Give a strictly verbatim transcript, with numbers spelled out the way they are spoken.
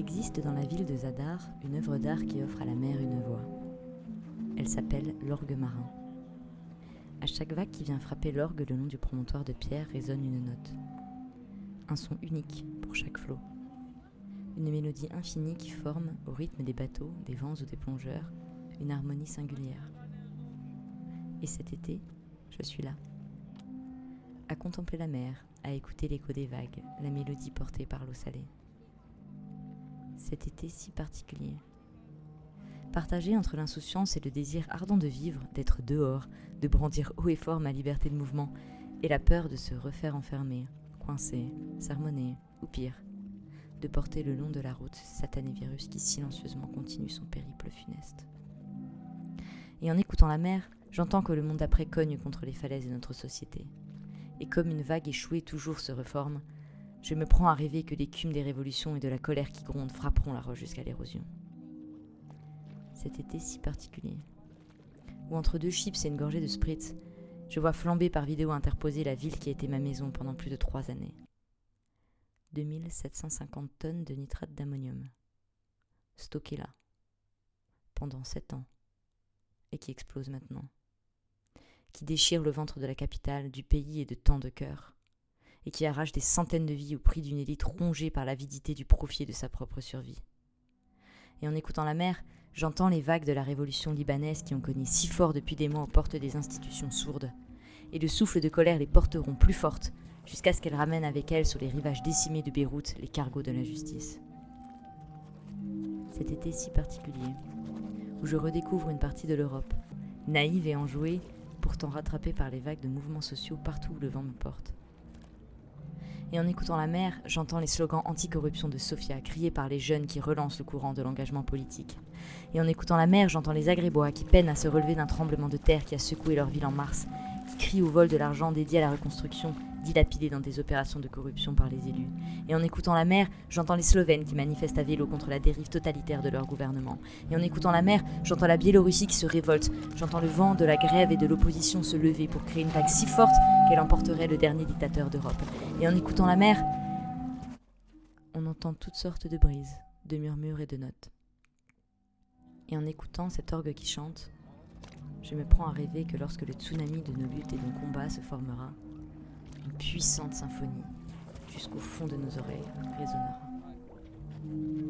existe dans la ville de Zadar une œuvre d'art qui offre à la mer une voix. Elle s'appelle l'orgue marin. À chaque vague qui vient frapper l'orgue le long du promontoire de pierre résonne une note. Un son unique pour chaque flot. Une mélodie infinie qui forme, au rythme des bateaux, des vents ou des plongeurs, une harmonie singulière. Et cet été, je suis là. À contempler la mer, à écouter l'écho des vagues, la mélodie portée par l'eau salée. Cet été si particulier. Partagé entre l'insouciance et le désir ardent de vivre, d'être dehors, de brandir haut et fort ma liberté de mouvement, et la peur de se refaire enfermer, coincer, sermonner, ou pire, de porter le long de la route ce satané virus qui silencieusement continue son périple funeste. Et en écoutant la mer, j'entends que le monde d'après cogne contre les falaises de notre société. Et comme une vague échouée toujours se reforme, je me prends à rêver que l'écume des révolutions et de la colère qui gronde frapperont la roche jusqu'à l'érosion. Cet été si particulier, où entre deux chips et une gorgée de spritz, je vois flamber par vidéo interposée la ville qui a été ma maison pendant plus de trois années. deux mille sept cent cinquante tonnes de nitrate d'ammonium, stockées là, pendant sept ans, et qui explose maintenant, qui déchire le ventre de la capitale, du pays et de tant de cœurs, et qui arrache des centaines de vies au prix d'une élite rongée par l'avidité du profit et de sa propre survie. Et en écoutant la mer, j'entends les vagues de la révolution libanaise qui ont cogné si fort depuis des mois aux portes des institutions sourdes, et le souffle de colère les porteront plus fortes, jusqu'à ce qu'elles ramènent avec elles sur les rivages décimés de Beyrouth les cargos de la justice. Cet été si particulier, où je redécouvre une partie de l'Europe, naïve et enjouée, pourtant rattrapée par les vagues de mouvements sociaux partout où le vent me porte. Et en écoutant la mer, j'entends les slogans anti-corruption de Sofia criés par les jeunes qui relancent le courant de l'engagement politique. Et en écoutant la mer, j'entends les Agrébois qui peinent à se relever d'un tremblement de terre qui a secoué leur ville en mars, qui crient au vol de l'argent dédié à la reconstruction, dilapidé dans des opérations de corruption par les élus. Et en écoutant la mer, j'entends les Slovènes qui manifestent à vélo contre la dérive totalitaire de leur gouvernement. Et en écoutant la mer, j'entends la Biélorussie qui se révolte. J'entends le vent de la grève et de l'opposition se lever pour créer une vague si forte qu'elle emporterait le dernier dictateur d'Europe. Et en écoutant la mer, on entend toutes sortes de brises, de murmures et de notes. Et en écoutant cet orgue qui chante, je me prends à rêver que lorsque le tsunami de nos luttes et de nos combats se formera, une puissante symphonie, jusqu'au fond de nos oreilles, résonnera.